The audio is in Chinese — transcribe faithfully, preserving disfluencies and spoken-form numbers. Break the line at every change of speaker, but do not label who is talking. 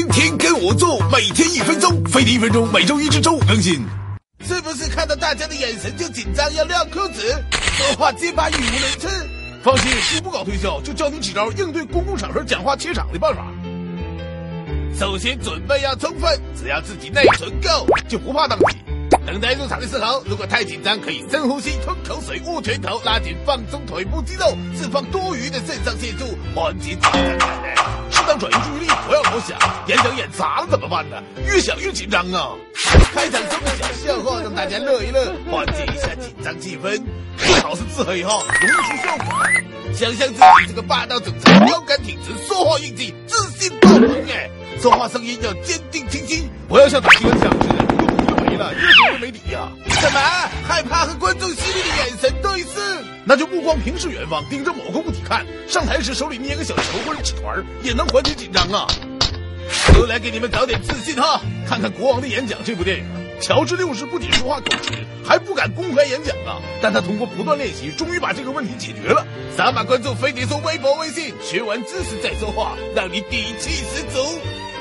天天跟我做，每天一分钟，飞碟一分钟，每周一至周五更新。是不是看到大家的眼神就紧张要撂裤子，说话结巴语无伦次？放心，我不搞推销，就教你几招应对公共场合讲话切场的办法。首先准备要充分，只要自己内存够，就不怕当机。等待入场的时候，如果太紧张，可以深呼吸、吞口水、握拳头、拉紧放松腿部肌肉，释放多余的肾上腺素，缓解紧张感。适当转移注意力，不要老想。演讲演砸了怎么办呢？越想越紧张啊！开场说个小笑话，让大家乐一乐，缓解一下紧张气氛。最好是自黑哈，容易出效果。想象自己是个霸道总裁，腰杆挺直，说话硬气，自信爆棚哎！说话声音要坚定清晰，不要像打机关枪似的。了，越说越没理呀、啊！什么？害怕和观众犀利的眼神对视？那就目光平视远方，盯着某个物体看。上台时手里捏个小球或者纸团，也能缓解紧张啊！都来给你们找点自信哈！看看《国王的演讲》这部电影，乔治六世不仅说话口吃，还不敢公开演讲啊！但他通过不断练习，终于把这个问题解决了。扫码关注飞碟说微博、微信，学完知识再说话，让你底气十足。